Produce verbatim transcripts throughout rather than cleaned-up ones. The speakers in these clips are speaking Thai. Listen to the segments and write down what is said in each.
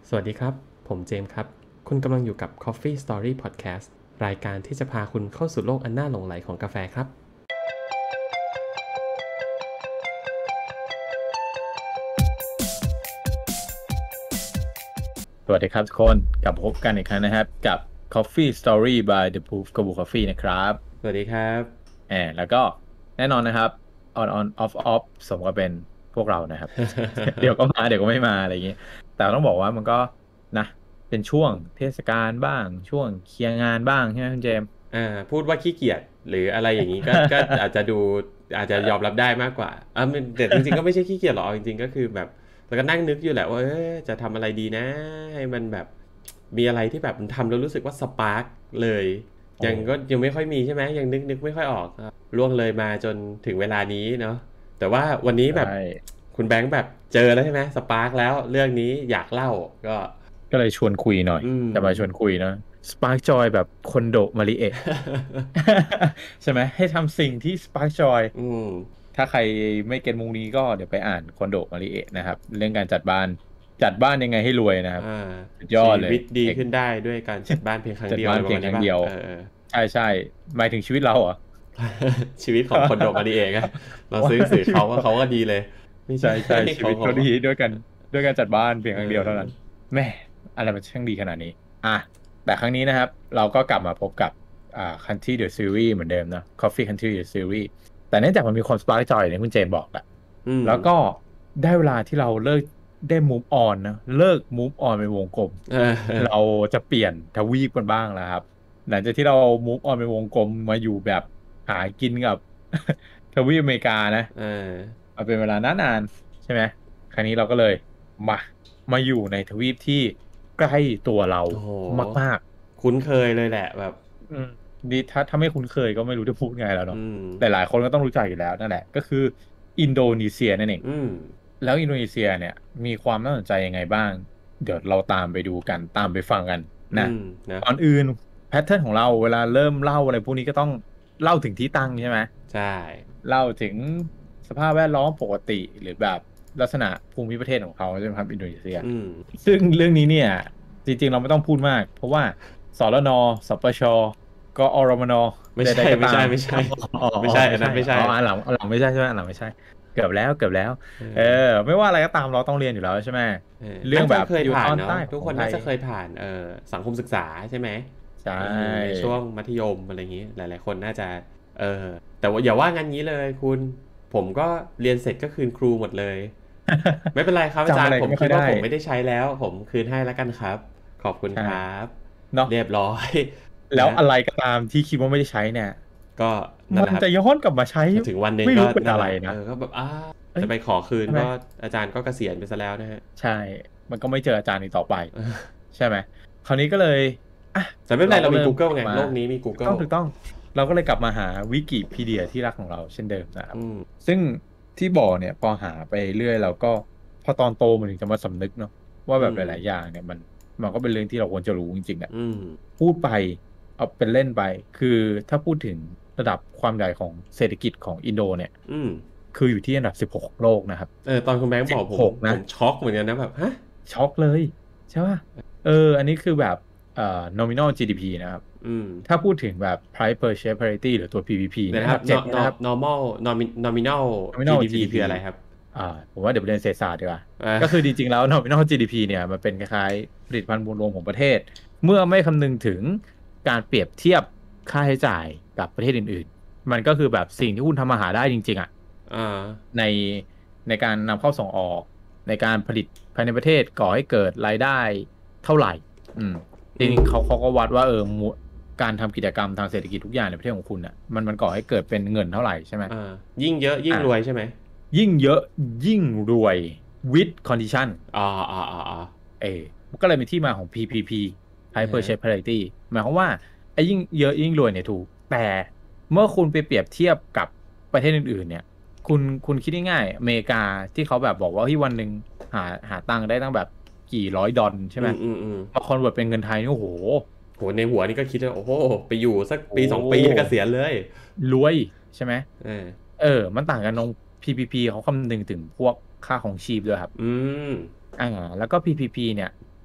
สวัสดีครับ ผมเจมส์ครับ คุณกำลังอยู่กับ Coffee Story Podcast รายการที่จะพาคุณเข้าสู่โลกอันน่าหลงใหลของกาแฟครับสวัสดีครับทุกคนกลับพบกันอีกครั้งนะครับกับ Coffee Story by The Proof Kabu Coffee นะครับสวัสดีครับแอบแล้วก็แน่นอนนะครับ on on off off สมกับเป็นพวกเรานะครับ เดี๋ยวก็มาเดี๋ยวก็ไม่มาอะไรอย่างงี้แต่ต้องบอกว่ามันก็นะเป็นช่วงเทศกาลบ้างช่วงเคลียร์งานบ้างใช่ไหมคุณเจมส์อ่าพูดว่าขี้เกียจหรืออะไรอย่างนี้ก็ ก็อาจจะดูอาจจะยอมรับได้มากกว่าอ่าแต่จริงๆก็ไม่ใช่ขี้เกียจหรอกจริงๆก็คือแบบเราก็นั่งนึกอยู่แหละว่าเออจะทำอะไรดีนะให้มันแบบมีอะไรที่แบบมันทำแล้วรู้สึกว่าสปาร์กเลยยังก็ยังไม่ค่อยมีใช่ไหมยังนึกนึกไม่ค่อยออกล่วงเลยมาจนถึงเวลานี้เนาะแต่ว่าวันนี้แบบใช่คุณแบงค์แบบเจอแล้วใช่ไหมสปาร์กแล้วเรื่องนี้อยากเล่าก็ก็เลยชวนคุยหน่อยอืมจะมาชวนคุยนะ Spark Joy แบบคอนโดมาริเอะ ใช่ไหมให้ทำสิ่งที่ Spark Joy อืมถ้าใครไม่เก็ตมุงนี้ก็เดี๋ยวไปอ่านคอนโดมาริเอะนะครับเรื่องการจัดบ้านจัดบ้านยังไงให้รวยนะครับอ่าสุดยอชีดเลยวิตดีเอกขึ้นได้ด้วยการจัดบ้านเพียงครั้งจัดเดียวอะไรประบ้านเพียมาณนี้ป่ะงครั้งเดียวเออเออใช่ใช่หมายถึงชีวิตเราเหรอชีวิตของคนโดมาดีเองอะเราซื้อสื่อชีวิตเขาก็เขาก็ดีเลยไม่ใช่ใช่ใช่ชีเขาเขาวิตเขาดีด้วยกันด้วยการจัดบ้านเพียงเอครั้งเดียวเท่าอนั้นแม่อะไรมันช่างดีขนาดนี้อ่ะแต่ครั้งนี้นะครับเราก็กลับมาพบกับอ่า Country the Series เหมือนเดิมนะ Coffee Country the Series แต่เนื่องจากมันมีความ Spark Joy อย่างที่คุณเจนบอกแหละอืมแล้วก็ได้เวลาที่เราเลิกได้ move on นะเลิก move on เป็นวงกลมเออเราจะเปลี่ยนทวีปกันบ้างแล้วครับหลังจากที่เรา move on เป็นวงกลมมาอยู่แบบหากินกับ ทวีปอเมริกานะเออมาเป็นเวลานานๆใช่ไหมครั้นี้เราก็เลยมามาอยู่ในทวีปที่ใกล้ตัวเราโอ้โหมากคุ้นเคยเลยแหละแบบๆอืมดีถ้าถ้าไม่คุ้นเคยก็ไม่รู้จะพูดไงแล้วเนาะอืมแต่หลายคนก็ต้องรู้จักอยู่แล้วนั่นแหละก็คืออินโดนีเซียนั่นเองอืมแล้วอินโดนีเซียเนี่ยมีความน่าสนใจยังไงบ้างเดี๋ยวเราตามไปดูกันตามไปฟังกันนะอืมนะก่อนอื่นแพทเทิร์นของเราเวลาเริ่มเล่าอะไรพวกนี้ก็ต้องเล่าถึงที่ตั้งใช่ไหมใช่เล่าถึงสภาพแวดล้อมปกติหรือแบบลักษณะภูมิประเทศของเขาใช่ไหมครับอินโดนีเซียอืมซึ่งเรื่องนี้เนี่ยจริงๆเราไม่ต้องพูดมากเพราะว่าสรนสปชกอรมนไม่ใดใช่ไม่ๆก็ตามใช่ไม่ใช่อ๋อไม่ใช่อัไม่ใช่นนั้นไม่ใช่อ๋ออันหลังอันหลังไม่ใช่ใช่ไหมอันหลังไม่ใช่เกือบแล้วเกือบแล้วเอเอออไม่ว่าอะไรก็ตามเราต้องเรียนอยู่แล้วใช่ไหมเออเรื่องแบบน่าจะเคยอยู่ตอนผ่านเนาะใต้ขทุกคนองไทยน่าจะเคยผ่านเออสังคมศึกษาใช่ไหมใช่เออในช่วงมัธยมอะไรอย่างนี้หลายๆคนน่าจะเออแต่ว่าอย่าว่างั้นงี้เลยคุณผมก็เรียนเสร็จก็คืนครูหมดเลยไม่เป็นไรครับอาจาจำอะไรรย์ผมคิดไม่ค่อยได้ว่าผมไม่ได้ใช้แล้วผมคืนให้แล้วกันครับขอบคุณใช่ครับเนาะเรียบร้อยแล้นะวอะไรก็ตามที่คิดว่าไม่ได้ใช้เนี่ยก็นั่นมันแหละครับจะย้อนกลับมาใช้พอถึงวันหนึ่งก็ไม่รู้เป็นนั่นแหละอะไรนะเออก็แบบอ้าเอ้ยจะไปขอคืนใช่ไหมก็อาจารย์ก็เกษียณไปซะแล้วนะฮะใช่มันก็ไม่เจออาจารย์อีกต่อไปใช่ไหมคราวนี้ก็เลยอ่ะแต่ไม่เป็นไรเรามีเราก็เริ่มก Google ลับมาไงโลกนี้มีถูกต้อ Google งถูกต้องเราก็เลยกลับมาหาวิกิพีเดียที่รักของเราเช่นเดิมนะครับอืมซึ่งที่บอกเนี่ยพอหาไปเรื่อยเราก็พอตอนโตมันถึงจะมาสำนึกเนาะว่าแบบอืมหลายๆอย่างเนี่ยมันมันก็เป็นเรื่องที่เราควรจะรู้จริงๆอ่ะอืมพูดไปเอาเป็นเล่นไปคือถ้าพูดถึงระดับความใหญ่ของเศรษฐกิจของอินโดเนี่ยอืมคืออยู่ที่อันดับสิบหกของโลกนะครับเออตอนคุณแบงค์บสิบอกผมหกนะผมช็อกเหมือนกันนะแบบฮะช็อกเลยใช่ป่ะเอออันนี้คือแบบเอ่อ nominal จี ดี พี นะครับอืมถ้าพูดถึงแบบ price per share parity หรือตัว พี พี พีเดี๋ยวนะครับเนี่ยอันดับเจ็ด no- นะค no- รับ normal nomi- nominal nominal จี ดี พี คืจี ดี พีออะไรครับอ่าผมว่าเดี๋ยวไปเรียนเศรษฐศาสตร์ดีกว่าอ่าก็คือจริงๆแล้ว nominal จี ดี พี เนี่ยมันเป็นคล้ายๆผลิตภัณฑ์มวลรวมของประเทศ เมื่อไม่คำนึงถึงการเปรียบเทียบค่าใช้จ่ายกับประเทศอื่นๆมันก็คือแบบสิ่งที่คุณทำมาหาได้จริงๆอ่ะอ่าในในการนำเข้าส่งออกในการผลิตภายในประเทศก่อให้เกิดรายได้เท่าไหร่อืมจอืมริงๆเขาเขาก็วัดว่าเออมูการทำกิจกรรมทางเศรษฐกิจทุกอย่างในประเทศของคุณอ่ะมันมันก่อให้เกิดเป็นเงินเท่าไหร่ใช่ไหมอ่ายิ่งเยอะยิ่งอ่ะรวยใช่ไหมยิ่งเยอะยิ่งรวย with condition อ่าอ่าอ่าอ่าเออมันก็เลยเป็นที่มาของ พี พี พีอ่า High ฮะ Purchase Parity หมายความว่าไอ้ยิ่งเยอะยิ่งรวยเนี่ยถูกแต่เมื่อคุณไปเปรียบเทียบกับประเทศอื่นๆเนี่ยคุณคุณคิดง่ายๆอเมริกาที่เขาแบบบอกว่าที่วันหนึ่งหาหาตังค์ได้ตั้งแบบกี่ร้อยดอลใช่ไหมอืมอืมอืมมาคอนเวิร์ตเป็นเงินไทยนี่โอ้โหโหในหัวนี่ก็คิดว่าโอ้โหไปอยู่สักโอ้ปีสองปีเกษียณเลยรวยใช่ไหมเออเออมันต่างกันตรง พี พี พี เขาคำนึงถึงพวกค่าของชีพด้วยครับอืมอ่าแล้วก็ พี พี พี เนี่ย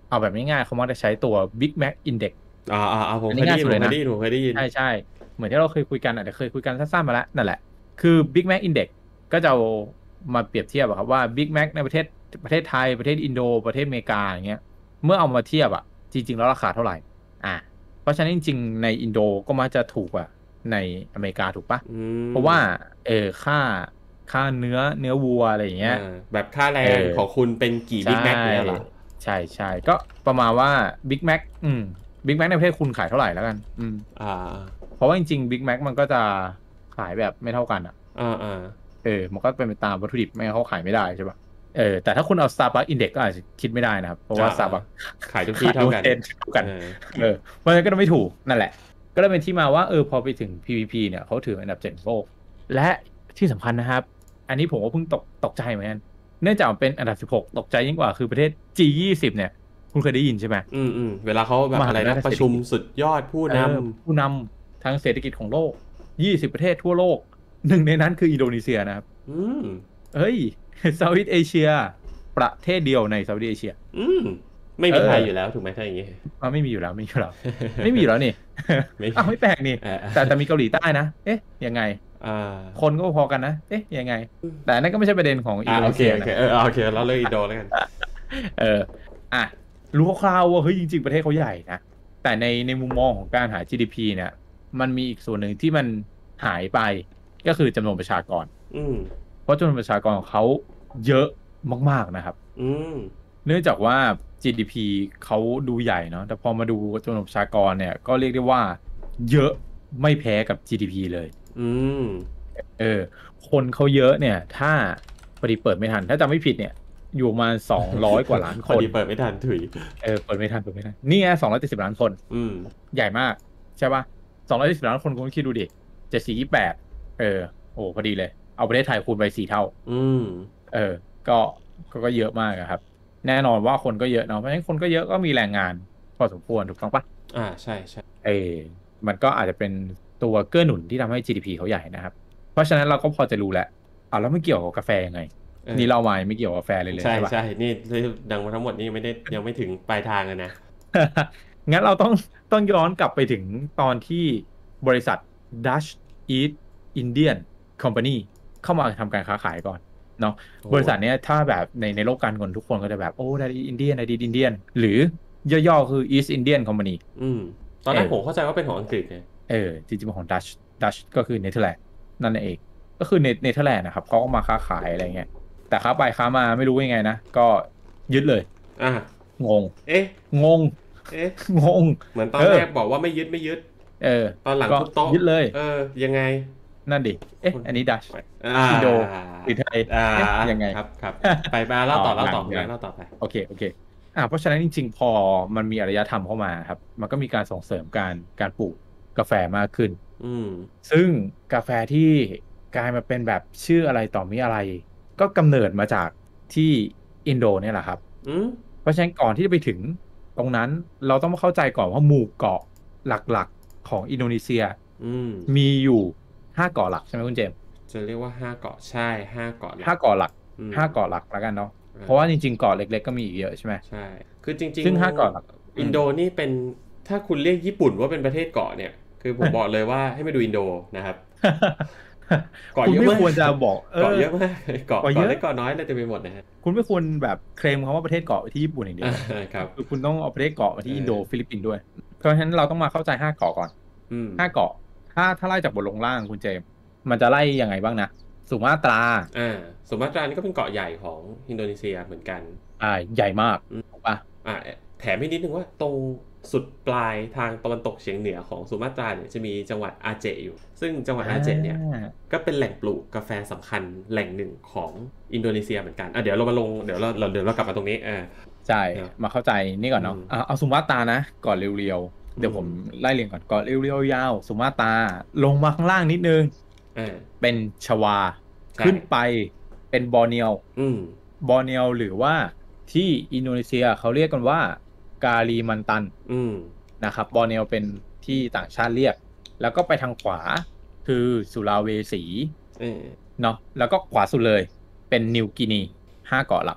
เอาแบบง่ายๆเขามักจะใช้ตัว Big Mac Index อ่าอ่าอ่าผมอันเคยได้นี้ง่ายสุดเลยนะยินผมเคยได้ยินผมเคยได้ยินใช่ใช่เหมือนที่เราเคยคุยกันอ่ะเดี๋ยวเคยคุยกันสั้นๆมาแล้วนั่นแหละคือ Big Mac Index ก็จะเอามาเปรียบเทียบอะครับว่า Big Mac ในประเทศประเทศไทยประเทศอินโดประเทศอเมริกาอย่างเงี้ยเมื่อเอามาเทียบอ่ะจริงๆแล้วราคาเท่าไหร่อ่าเพราะฉะนั้นจริงๆในอินโดก็มักจะถูกกว่าในอเมริกาถูกปะอืเพมราะว่าเออค่าค่าเนื้อเนื้อวัวอะไรอย่างเงี้ยอ่าแบบค่าแรเอองของคุณเป็นกี่ใช่บิ๊กแม็กเนี้ยเหรอใช่ใช่ก็ประมาณว่า Big Mac อืม Big Mac ในประเทศคุณขายเท่าไหร่แล้วกันอืมอ่าเพราะว่าจริงๆ Big Mac มันก็จะขายแบบไม่เท่ากันอ่ะอ่าอ่าเออมันก็เป็นไปตามวัตถุดิบไม่งั้นเขาขายไม่ได้ใช่ป่ะเออแต่ถ้าคุณเอา Starbucks Index ก็อาจจะคิดไม่ได้นะครับเพราะว่าอ่าอ่า Starbucks ขายทุกที่ขายเท่าทุกกันประเทศเท่ากันเออเออเพราะฉะนั้นก็ไม่ถูกนั่นแหละก็เลยเป็นที่มาว่าเออพอไปถึง พี วี พี เนี่ยเขาถืออันดับเจ็ดของโลกและที่สำคัญนะครับอันนี้ผมก็เพิ่งตกตกใจเหมือนกันเนื่องจากมันเป็นอันดับสิบหกตกใจยิ่งกว่าคือประเทศ จี ยี่สิบ เนี่ยคุณเคยได้ยินใช่ไหมอืมอืมเวลาเขาแบบมอะไรหาอำนาจทางนะประชุมเศรษฐกิจสุดยอดผู้เอนอผู้นำทางเศรษฐกิจของโลกยี่สิบประเทศทั่วโลกหนึ่งในนั้นคืออินโดนีเซียนะครับำอืมเฮ้ย เซาท์อีสต์ เอเชียประเทศเดียวในเซาท์อีสต์เอเชียอืมไม่เอมีไทยอยู่อแล้วถูกไหมถ้าอย่างงี้อ่าไม่มีอยู่แล้วไม่มีอยู่แล้วไม่มีอยู่แล้วนี่ไม่อ้าวไม่แปลกนี่เออแต่แต่มีเกาหลีใต้นะเอ๊ะยังไงอ่าคนก็พอกันนะเอ๊ะยังไงแต่อันนั่นก็ไม่ใช่ประเด็นของอิอ่านโดโอเคโอเคนีเซียนะเออเอาโอเคเราเลือกอินโดแล้วกันเอออ่ะรู้คร่าวๆว่าเฮ้ยจริงๆประเทศเขาใหญ่นะแต่ในในมุมมองของการหา จี ดี พี เนี่ยมันมีอีกส่วนหนึ่งที่มันหายไปก็คือจำนวนประชากรอืมเพราะจำนวนประชากรของเขาเยอะมากๆนะครับอืมเนื่องจากว่า จี ดี พี เขาดูใหญ่เนาะแต่พอมาดูจำนวนประชากรเนี่ยก็เรียกได้ว่าเยอะไม่แพ้กับ จี ดี พี เลยอืมเออคนเขาเยอะเนี่ยถ้าพอดีเปิดไม่ทันถ้าจำไม่ผิดเนี่ยอยู่ประมาณสองร้อยกว่าล้านพอคนดีเปิดไม่ทันถุยเออเปิดไม่ทันเปิดไม่ทันนี่ไงสองร้อยเจ็ดสิบล้านคนอืมใหญ่มากใช่ป่ะสองร้อยเจ็ดสิบล้านคนคุณคิดดูดิเจ็ดสี่ยี่แปดเออโอ้พอดีเลยเอาประเทศไทยคูณไปสี่เท่าอืมเออก็ก็ก็เยอะมากอะครับแน่นอนว่าคนก็เยอะเนาะเพราะฉะนั้นคนก็เยอะก็มีแรงงานพอสมควรถูกต้องปะอ่าใช่ใช่เออมันก็อาจจะเป็นตัวเกื้อหนุนที่ทำให้ จี ดี พี เขาใหญ่นะครับเพราะฉะนั้นเราก็พอจะรู้แล้วอ่าแล้วไม่เกี่ยวกับกาแฟยังไงเออนี่เรามาไม่เกี่ยวกับกาแฟเลยเลยใช่ใช่ปะใช่นี่ดังมาทั้งหมดนี่ไม่ได้ยังไม่ถึงปลายทางเลยนะงั้นเราต้องต้องย้อนกลับไปถึงตอนที่บริษัท Dutch East Indian Company เข้ามาทำการค้าขายก่อนเนาะโอ้บริษัทเนี้ยถ้าแบบในในโลกการเงินทุกคนก็จะแบบโอ้ได้อินเดียนได้อินเดียนหรือย่อๆคือ East Indian Company อืมตอนเอแรกผมอเข้าใจว่าเป็นของอังกฤษเนี่ยเออจริงๆเป็นของ Dutch Dutch ก็คือเนเธอร์แลนด์นั่นเองก็คือเนเนเธอร์แลนด์นะครับเขาก็มาค้าขายอะไรเงี้ยแต่ค้าไปค้ามาไม่รู้ยังไงนะก็ยึดเลยอ่ะงงเอ๊ะงงเอ๊ะงงเหมือนตอเออนแรกบอกว่าไม่ยึดไม่ยึดเออตอนหลังก็ทุบโต๊ะยึดเลยเออยังไงนั่นดิ เอ๊ะ อันนี้ดัชอ่าอินโดหรือไทยอ่าเอ๊ะยังไงครับครับไปไปเล่าต่อเล่าต่อเล่าต่อไปโอเค โอเค อ่าเพราะฉะนั้นจริงๆ พอมันมีอารยธรรมเข้ามาครับ มันก็มีการส่งเสริมการการปลูกกาแฟมากขึ้นอืมซึ่งกาแฟที่กลายมาเป็นแบบชื่ออะไรต่อมีอะไร ก็กำเนิดมาจากที่อินโดเนี่ยแหละครับอืมเพราะฉะนั้นก่อนที่จะไปถึงตรงนั้นเราต้องมาเข้าใจก่อนว่าหมู่เกาะหลักๆของอินโดนีเซียอืมมีอยู่ห้าเกาะหลักใช่ไหมคุณเจมส์จะเรียกว่าห้าเกาะใช่ห้าเกาะหลักห้าเกาะหลักอืมห้าเกาะหลักแล้วกันเนาะอ่าเพราะว่าจริงๆเกาะเล็กๆก็มีอีกเยอะใช่ไหมใช่คือจริงซึ่งห้าเกาะหลักๆอินโดนี่เป็นถ้าคุณเรียกญี่ปุ่นว่าเป็นประเทศเกาะเนี่ยคือผมบอกเลยว่าให้มาดูอินโดนะครับเกาะคุณเยอะมากไม่ควรจะบอกเอเกาะอเยอะมากเกาะเกาะเยอะเกาะเล็กเกาะน้อยอะไรเต็มไปหมดนะฮะคุณไม่ควรแบบเคลมคำว่าประเทศเกาะที่ญี่ปุ่นอย่างเดียวครับคือคุณต้องเอาประเทศเกาะมาที่อินโดเออฟิลิปปินส์ด้วยเพราะฉะนั้นเราต้องมาเข้าใจห้าเกาะก่อนอืมห้าเกาะถ้าถ้าไล่จากบนลงล่างคุณเจมส์มันจะไล่ยังไงบ้างนะสุมาตราอ่าสุมาตรานี่ก็เป็นเกาะใหญ่ของอินโดนีเซียเหมือนกันอ่าใหญ่มากถูกปะอ่าแถมให้นิดนึงว่าตรงสุดปลายทางตะวันตกเฉียงเหนือของสุมาตราเนี่ยจะมีจังหวัดอาเจอยู่ ซึ่งจังหวัดอ่อาเจเนี่ยาก็เป็นแหล่งปลูกกาแฟสำคัญแหล่งหนึ่งของอินโดนีเซียเหมือนกันอ่ะเดี๋ยวเรามาลงเดี๋ยวเราเดี๋ยวเรากลับมาตรงนี้อ่าใช่เนาะมาเข้าใจนี่ก่อนเนาะอืมอ่าเอาสุมาตรานะก่อนเรียวๆเดี๋ยวผมอืมไล่เรียงก่อนก่อนเรียวๆยาวสุมาตราลงมาข้างล่างนิดนึงอ่าเป็นชวาใช่ขึ้นไปเป็นบอร์เนียวอืมบอร์เนียวหรือว่าที่อินโดนีเซียเขาเรียกกันว่ากาลีมันตันอืมนะครับบอร์เนียวเป็นที่ต่างชาติเรียกแล้วก็ไปทางขวาคือสุลาเวสีเออเนาะแล้วก็ขวาสุดเลยเป็นนิวกินีห้าเกาะหลัก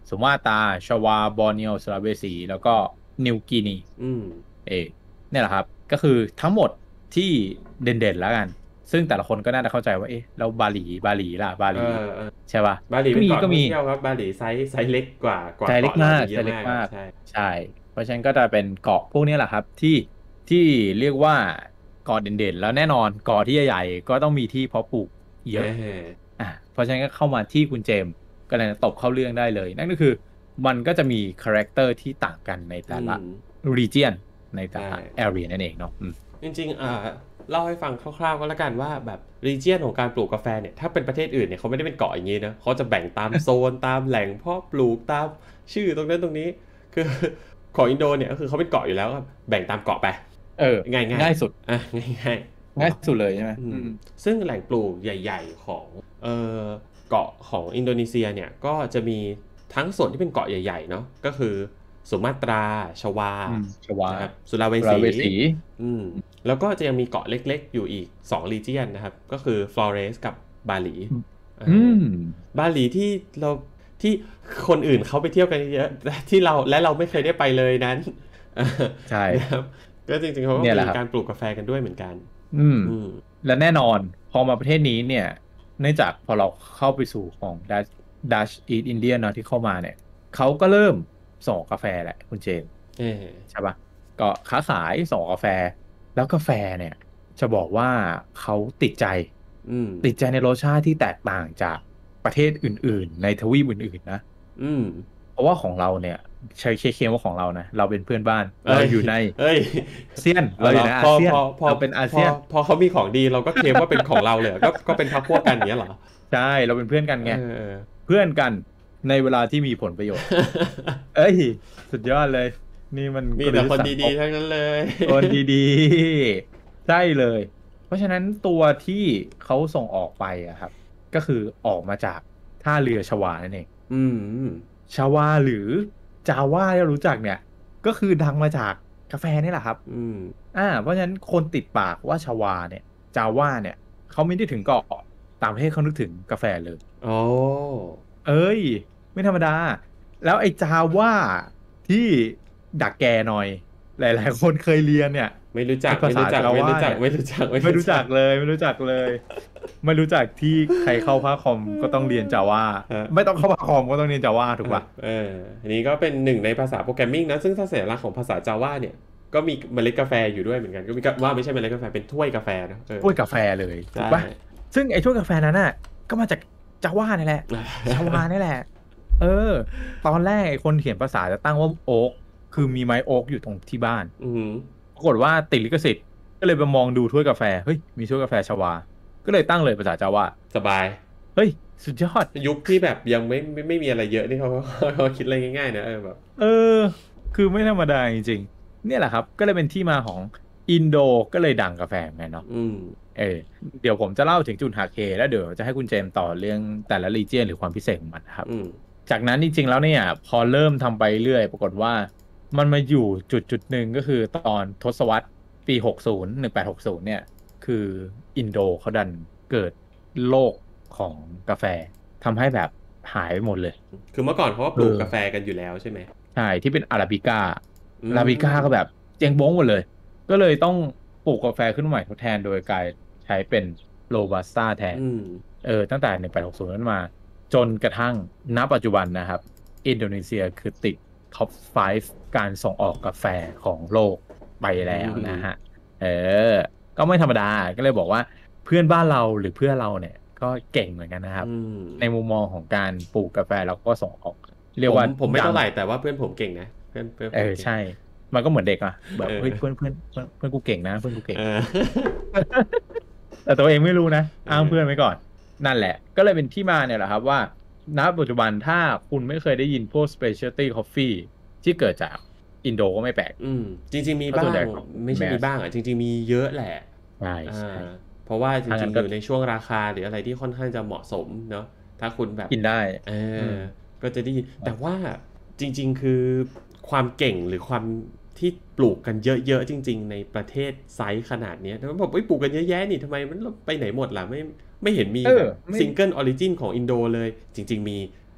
สุมาตราชวาบอร์เนียวสลาเวซีแล้วก็นิวกินีอืมเอเนี่ยแหละครับก็คือทั้งหมดที่เด่นๆแล้วกันซึ่งแต่ละคนก็น่าจะเข้าใจว่าเอ๊ะแล้วบาหลีบาหลีล่ะบาหเอลีอเออใช่ป่ะบาหลีก็เป็นเกาะมีก็มีท่องเที่ยวครับบาหลีไซส์ไซส์เล็กกว่ากว่าใจเล็กเกาะเรามากจะเยอะมากคใจเล็กมากรับใช่ใช่เพราะฉะนั้นก็จะเป็นเกาะพวกนี้แหละครับที่ที่เรียกว่าเกาะเด่นๆแล้วแน่นอนเกาะที่ใหญ่ๆก็ต้องมีที่เพาะปลูกเยเออะออ่ะเพราะฉะนั้นก็เข้ามาที่คุณเจมส์ก็เลยตบเข้าเรื่องได้เลยนั่นก็คือมันก็จะมีคาแรคเตอร์ที่ต่างกันในแต่อืละม region ในแต่ใช่ละ area นั่นเองเนาะอืมจริงๆอ่าเล่าให้ฟังคร่าวๆก็แล้วกันว่าแบบ region ของการปลูกกาแฟเนี่ยถ้าเป็นประเทศอื่นเนี่ยเขาไม่ได้เป็นเกาะอย่างนี้นะเขาจะแบ่งตามโซนตามแหล่งเพาะปลูกตามชื่อตรงนั้นตรงนี้คือของอินโดเนี่ยก็คือเขาเป็นเกาะอยู่แล้วก็แบ่งตามเกาะไปเออง่ายๆง่ายสุดอ่ะง่ายๆง่ายเนาะสุดเลยใช่ไหมอืมอืมซึ่งแหล่งปลูกใหญ่ๆของเอ่อเกาะของอินโดนีเซียเนี่ยก็จะมีทั้งส่วนที่เป็นเกาะใหญ่ๆเนาะก็คือสุมาตราชวาอืมชวานะครับสุราเวราสีเวสีอืมแล้วก็จะยังมีเกาะเล็กๆอยู่อีกสอง region นะครับก็คือฟลอเรสกับบาหลีเออือมบาหลีที่เราที่คนอื่นเขาไปเที่ยวกันเยอะแต่ที่เราและเราไม่เคยได้ไปเลยนั้น เออใช่นะครับก็จริงๆเขาก็มีเนี่ยแหละครับการปลูกกาแฟกันด้วยเหมือนกันอืมอืมและแน่นอนพอมาประเทศนี้เนี่ยเนื่องจากพอเราเข้าไปสู่ของดัชดัชอีสต์อินเดียเนาะที่เข้ามาเนี่ยเขาก็เริ่มส่งกาแฟแหละคุณเจมส์เออใช่ปะก็ค้าขายส่งกาแฟแล้วกาแฟเนี่ยจะบอกว่าเขาติดใจอืมติดใจในรสชาติที่แตกต่างจากประเทศอื่นๆในทวีปอื่นๆนะอืมเพราะว่าของเราเนี่ยใช้เคลมว่าของเรานะเราเป็นเพื่อนบ้านเราเอ้ยอยู่ในเอ้ยอาเซียนเอาเราอเหรอพอยู่ในอาเซียนพอพอเราเป็นอาพอเซียนพอเขามีของดีเราก็เคลมว่าเป็นของเราเลยเหรอก็ก็เป็นพรรคพวกกันอย่างเงี้ยเหรอใช่เราเป็นเพื่อนกันเอไงอเพื่อนกันในเวลาที่มีผลประโยชน์เอ้ยสุดยอดเลยนี่มันมีกลแต่คนยุทธ์สังคมดีๆทั้งนั้นเลยคนดีๆใช่เลย เพราะฉะนั้นตัวที่เขาส่งออกไปอะครับก็คือออกมาจากท่าเรือชวานั่นเองอืมชาวาหรือจาว่าที่เรารู้จักเนี่ยก็คือดังมาจากกาแฟนี่แหละครับอืมอ่าเพราะฉะนั้นคนติดปากว่าชาวาเนี่ยจาว่าเนี่ยเขาไม่ได้ถึงเกาะต่างประเทศเขานึกถึงกาแฟเลยอ๋อเอ้ยไม่ธรรมดาแล้วไอ้จาว่าที่ดักแกหน่อยหลายๆคนเคยเรียนเนี่ยไม่รู้จัไอ้ภาษากไม่รู้จักจาไม่รู้จักว่าเนี่ยไม่รู้จักไม่ไม่รู้จัรู้จักกเลยไม่รู้จักเลยไม่รู้จักที่ใครเข้าภาคคอมก็ต้องเรียนจาว่าฮะไม่ต้องเข้าภาคคอมก็ต้องเรียนจาว่าถูกปะเอออันนี้ก็เป็นหนึ่งในภาษาโปรแกรมมิ่งนะซึ่งถ้าสัญลักษณ์ของภาษาจาว่าเนี่ยก็มีเมล็ดกาแฟอยู่ด้วยเหมือนกันก็มีว่าไม่ใช่เมล็ดกาแฟเป็นถ้วยกาแฟนะเออถ้วยกาแฟเลยถูกใช่ปะซึ่งไอ้ถ้วยกาแฟนั้นน่ะก็มาจากจาว่านี่แหละชาวานี่แหละ เออ ตอนแรกไอ้คนเขียนภาษาจะตั้งว่าโอ๊กคือมีไม้โอ๊กอยู่ตรงที่บ้านอืมปรากฏว่าติดลิขสิทธิ์ก็เลยไปมองดูถ้วยกาแฟ เฮ้ย มีถ้วยกาแฟชาวา ก็เลยตั้งเลยภาษาจาว่าสบายเฮ้ย สุดยอดยุคที่แบบยังไม่ไม่ไม่มีอะไรเยอะนี่เขาเขาคิดอะไรง่ายๆนะเออแบบเออ คือไม่ธรรมดาจริงๆเนี่ยแหละครับ ก็เลยเป็นที่มาของอินโดก็เลยดังกาแฟไงเนาะอืมเออเดี๋ยวผมจะเล่าถึงจุดหักเหแล้วเดี๋ยวจะให้คุณเจมส์ต่อเรื่องแต่ละรีเจียนหรือความพิเศษของมันนะครับอืมจากนั้นจริงๆแล้วเนี่ยพอเริ่มทำไปเรื่อยปรากฏว่ามันมาอยู่จุดจุดหนึ่งก็คือตอนทศวรรษปีหกสิบ หนึ่งแปดหกศูนย์เนี่ยคืออินโดเขาดันเกิดโรคของกาแฟทำให้แบบหายไปหมดเลยคือเมื่อก่อนเขาก็ปลูกกาแฟกันอยู่แล้วใช่ไหมใช่ที่เป็นอาราบิก้าอือาราบิก้าก็มแบบเจ๊งบ้งหมดเลย ก็เลยต้องปลูกกาแฟขึ้นมาใหม่ทดแทนโดยการใช้เป็นโรบัสต้าแทนอืมเออตั้งแต่หนึ่งแปดหกศูนย์นั้นมา จนกระทั่งณปัจจุบันนะครับ อินโดนีเซียคือติดท็อปห้าการส่งออกกาแฟของโลกไปแล้วนะฮะ เออ ก็ไม่ธรรมดา ก็เลยบอกว่าเพื่อนบ้านเราหรือเพื่อนเราเนี่ย ก็เก่งเหมือนกันนะครับอืมในมุมมองของการปลูกกาแฟแล้วก็ส่งออก เรีผมยกว่าผมไม่ดังเท่าไหร่แต่ว่าเพื่อนผมเก่งนะเพื่อนเพื่อนเออผมเก่งใช่ มันก็เหมือนเด็กอะแบเบเฮ้ยออเพื่อนเพื่อนเพื่อนเพื่อนกูเก่งนะเพื่อนกูเก่งเออแต่ตัวเองไม่รู้นะเออ้างอเพื่อนไว้ก่อน นั่นแหละ ก็เลยเป็นที่มาเนี่ยแหละครับว่าณปัจจุบันถ้าคุณไม่เคยได้ยินพวก specialty coffee ที่เกิดจากอินโดก็ไม่แปลกอืมจริงๆมีเพราะบ้างส่วนใหญ่ของไม่ใช่แมสมีบ้างอ่ะจริงๆมีเยอะแหละใช่อ่ใช่าเพราะว่าจถ้างั้นก็ริงๆอยู่ในช่วงราคาหรืออะไรที่ค่อนข้างจะเหมาะสมเนาะถ้าคุณแบบกินได้เออือมก็จะได้ยินแต่ว่าจริงๆคือความเก่งหรือความที่ปลูกกันเยอะๆจริงๆในประเทศไซส์ขนาดเนี้ยแล้วบอกว่าปลูกกันเยอะแยะนี่ทำไมมันไปไหนหมดล่ะไม่ไม่เห็นมีเออแบบไม่ซิงเกิลออริจินของอินโดเลยจริงๆมี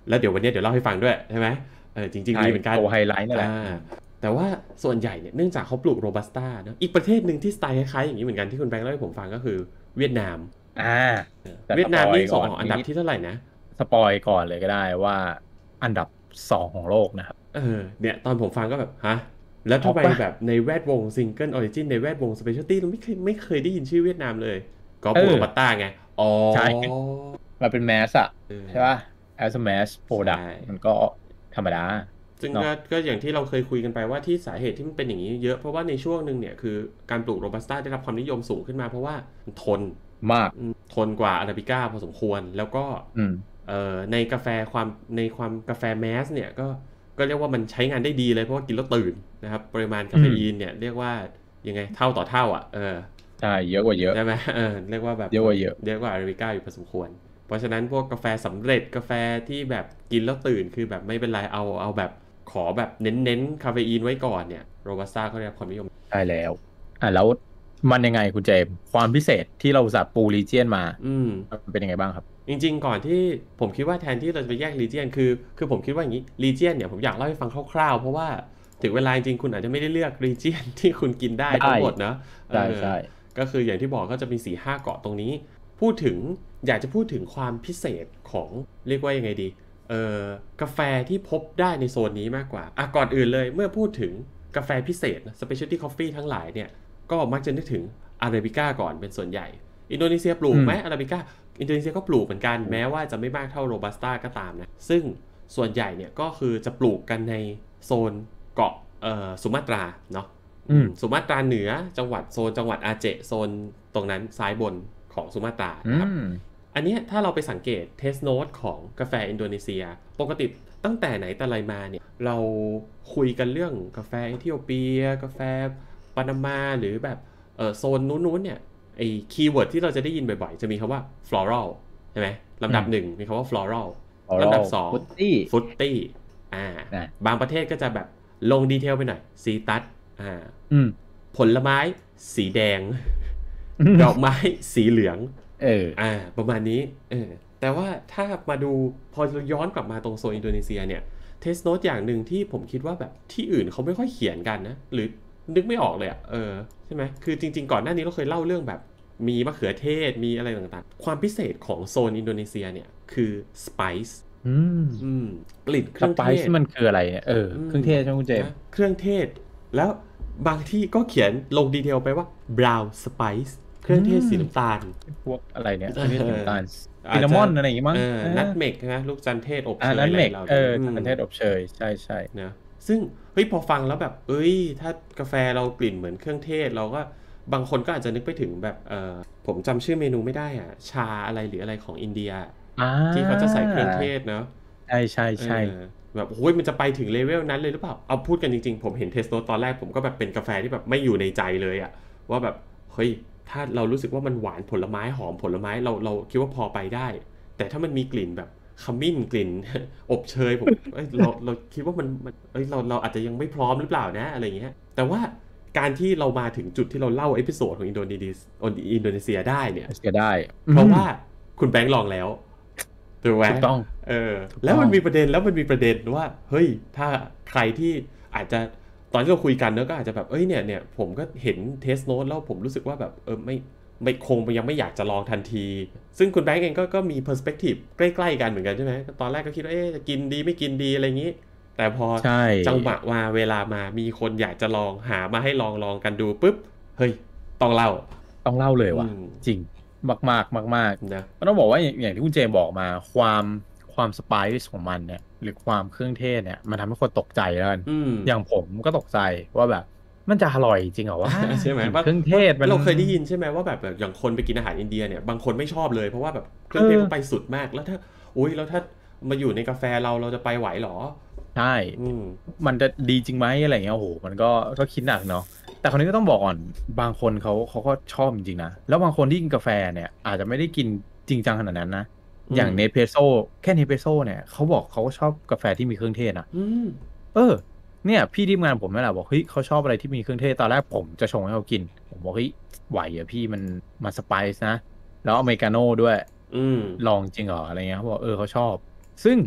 แล้วเดี๋ยววันนี้เดี๋ยวเล่าให้ฟังด้วยใช่ไหมเออจริงๆมีเหมือนกันตัวไฮไลท์นี่แหละอ่าแต่ว่าส่วนใหญ่เนี่ยเนื่องจากเขาปลูกโรบัสต้าเนอะอีกประเทศหนึ่งที่สไตล์คล้ายๆอย่างนี้เหมือนกันที่คุณแบงค์เล่าให้ผมฟังก็คือเวียดนามอ่าแต่เวีสปอยยดนามนี่ส่งก่อนออกอันดับที่เท่าไหร่นะสปอยก่อนเลยก็ได้ว่าอันดับสองของโลกนะครับเออเนี่ยตอนผมฟังก็แบบฮะแล้วทำไมช็อกปะแบบในแวดวงซิงเกิลออริจินในแวดวงสเปเชียลตี้เราไม่เคยไม่เคยได้ยินชื่อเวียดนามเลยก็เอปลูกโรอบัสต้าไงอ๋อใช่มันเป็นแมสอะเออใช่ป่ะ as a mass ใช่ product มันก็ธรรมดาซึ่งเนาะก็ก็อย่างที่เราเคยคุยกันไปว่าที่สาเหตุที่มันเป็นอย่างนี้เยอะเพราะว่าในช่วงหนึ่งเนี่ยคือการปลูกโรบัสต้าได้รับความนิยมสูงขึ้นมาเพราะว่ามันทนมากทนกว่าอาราบิก้าพอสมควรแล้วก็อืมเอ่อในกาแฟความในความกาแฟแมสเนี่ยก็ก็เรียกว่ามันใช้งานได้ดีเลยเพราะว่ากินแล้วตื่นนะครับปริมาณคาอืมเฟอีนเนี่ยเรียกว่ายังไงเท่าต่อเท่าอ่ะเออใช่เยอะกว่าเยอะใช่ไหมเออเรียกว่าแบบเยอะกว่าเยอะเยอะกว่าอาราบิก้าอยู่พอสมควรเพราะฉะนั้นพวกกาแฟสำเร็จกาแฟที่แบบกินแล้วตื่นคือแบบไม่เป็นไรเอาเอาแบบขอแบบเน้นๆคาเฟอีนไว้ก่อนเนี่ยโรบัสต้าเขาได้รับความนิยมใช่แล้วอ่ะแล้วมันยังไงคุณเจมส์ความพิเศษที่เราสับปูรีเจียนมาอืมมันเป็นยังไงบ้างครับจริงๆก่อนที่ผมคิดว่าแทนที่เราจะไปแยก Legion คือคือผมคิดว่าอย่างนี้ Legion เนี่ยผมอยากเล่าให้ฟังคร่าวๆเพราะว่าถึงเวลาจริงๆคุณอาจจะไม่ได้เลือก Legion ที่คุณกินได้ทั้ได้งหมดนะเอใช่อใช่ก็คืออย่างที่บอกก็จะมี สี่ห้า เกาะตรงนี้ พูดถึงอยากจะพูดถึงความพิเศษของเรียกว่ายังไงดีเออกาแฟที่พบได้ในโซนนี้มากกว่าอ่ะก่อนอื่นเลยเมื่อพูดถึงกาแฟพิเศษ Specialty Coffee ทั้งหลายเนี่ยก็มักจะนึกถึงอาราบิก้าก่อนเป็นส่วนใหญ่อินโดนีเซียปลูอืมกไหมอาราบิก้า อินโดนีเซียก็ปลูกเหมือนกันแม้ว่าจะไม่มากเท่าโรบัสต้าก็ตามนะซึ่งส่วนใหญ่เนี่ยก็คือจะปลูกกันในโซนเกาะเอ่อสุมาตราเนาะอืมสุมาตราเหนือจังหวัดโซนจังหวัดอาเจโซนตรงนั้นซ้ายบนของสุมาตราอืนะครับมอันนี้ถ้าเราไปสังเกตเทสโนตของกาแฟอินโดนีเซียปกติตั้งแต่ไหนแต่ไรมาเนี่ยเราคุยกันเรื่องกาแฟเอธิโอเปียกาแฟปานามาหรือแบบเออโซนนู้นๆเนี่ยไอ้คีย์เวิร์ดที่เราจะได้ยินบ่อยๆจะมีคำว่า floral ใช่ไหมลำดับหนึ่งมีคำว่า floral ออรัลำดัลบสองฟุตตี้ fruity อ่านะบางประเทศก็จะแบบลงดีเทลไปหน่อยซีตัสอ่าอืมผลไม้สีแดงอืมดอกไม้สีเหลืองเอออ่าประมาณนี้เออแต่ว่าถ้ามาดูพอเราย้อนกลับมาตรงโซนอินโดนีเซียเนี่ยเทสโนตอย่างหนึ่งที่ผมคิดว่าแบบที่อื่นเขาไม่ค่อยเขียนกันนะหรือนึกไม่ออกเลยอะเออใช่ไหมคือจริงๆก่อนหน้านี้เราเคยเล่าเรื่องแบบมีมะเขือเทศมีอะไรต่างๆความพิเศษของโซนอินโดนีเซียเนี่ยคือสไปซ์อืมอืมกลิ่นเคสรื่องเทศไปซ์มันคืออะไรเนี่ยเอออืมเครื่องเทศใช่ไหมคุณเจมส์นะเครื่องเทศแล้วบางที่ก็เขียนลงดีเทลไปว่า brown spice เคอืรื่องเทศสีมน้ำตาลพวกอะไรเนี่ยเอเครื่องเทศสีน้ำตาลอซินนามอาจจะอนอะไรอย่างงี้มั้งเออเออนัทเมกนะลูกจันเทศอบอ่าเชยนั้นเมกอะไรเราเออเนี่ยอืมประเทศอบเชยใช่ใช่นะซึ่งเฮ้ยพอฟังแล้วแบบเอ้ยถ้ากาแฟเรากลิ่นเหมือนเครื่องเทศเราก็บางคนก็อาจจะนึกไปถึงแบบเออผมจำชื่อเมนูไม่ได้อ่ะชาอะไรหรืออะไรของอินเดียอ่ที่เขาจะาใส่เครื่องเทศเนาะใช่ใช่เอใช่อแบบโอ้ยมันจะไปถึงเลเวลนั้นเลยหรือเปล่าเอาพูดกันจริงๆผมเห็นเทสโนตตอนแรกผมก็แบบเป็นกาแฟที่แบบไม่อยู่ในใจเลยอะว่าแบบเฮ้ยถ้าเรารู้สึกว่ามันหวานผลไม้หอมผลไม้เราเราคิดว่าพอไปได้แต่ถ้ามันมีกลิ่นแบบขมิ้นกลิ่น อบเชยผมเอ้ยเราเราคิดว่ามันมันเอ้ยเราเราอาจจะยังไม่พร้อมหรือเปล่านะอะไรเงี้ยแต่ว่าการที่เรามาถึงจุดที่เราเล่าเอพิโซดของอินโดนีเซียอินโดนีเซียได้เนี่ยเสียได้เพราะอืมว่าคุณแบงค์ลองแล้วถูกไหมถูกต้องเออถูกแล้วต้องมันมีประเด็นแล้วมันมีประเด็นว่าเฮ้ยถ้าใครที่อาจจะตอนที่เราคุยกันเนอะก็อาจจะแบบเอ้ยเนี่ยเนี่ยผมก็เห็นเทสโนตแล้วผมรู้สึกว่าแบบเออไม่ไม่คงยังไม่อยากจะลองทันที ซึ่งคุณแบงค์เองก็ก็มีเพอร์สเปกทีฟใกล้ๆกันเหมือนกันใช่ไหมตอนแรกก็คิดว่าเอ๊ะจะกินดีไม่กินดีอะไรอย่างนี้ แต่พอใช่จังหวะมาเวลามามีคนอยากจะลองหามาให้ลองลองกันดูปุ๊บเฮ้ยต้องเล่าต้องเล่าเลยว่ะอืมจริงมากมากมากมากนะๆก็ต้องบอกว่าอย่างอย่างที่คุณเจมบอกมาความความสไปซ์ของมันเนี่ยหรือความเครื่องเทศเนี่ยมันทำให้คนตกใจแล้วกันอืมอย่างผมก็ตกใจว่าแบบมันจะอร่อยจริงเหรอวะใช่ไหมกลิ่นว่าเครื่องเทว่าศมันเราเคยได้ยินใช่ไหมว่าแบบแบบอย่างคนไปกินอาหารอินเดียเนี่ยบางคนไม่ชอบเลยเพราะว่าแบบเคเอรื่องเทศอเขาไปสุดมากแล้วถ้าอุ้ยแล้วถ้ามาอยู่ในกาแฟเราเราจะไปไหวเหรอใช่อืมมันจะดีจริงไหมอะไรเงี้ยโอ้โหมันก็ก็คิดหนักเนาะแต่คนนี้ก็ต้องบอกก่อนบางคนเขาเขาก็ชอบจริงๆนะแล้วบางคนที่กินกาแฟเนี่ยอาจจะไม่ได้กินจริงจังขนาดนั้นนะอืมอย่างเนสเพรสโซ่แค่เนสเพรสโซ่เนี่ยเขาบอกเขาก็ชอบกาแฟที่มีเครื่องเทศนะอืมเออเนี่ยพี่ทีมงานผมนั่นแหละบอกเฮ้ยเขาชอบอะไรที่มีเครื่องเทศตอนแรกผมจะชงให้เขากินผมบอกเฮ้ยไหวเหรอพี่มันมาสไปซ์นะแล้วอเมริกาโน่ด้วยอืมลองจริงเหรออะไรเงี้ยเขาบอกเออเขาชอบซึ่ง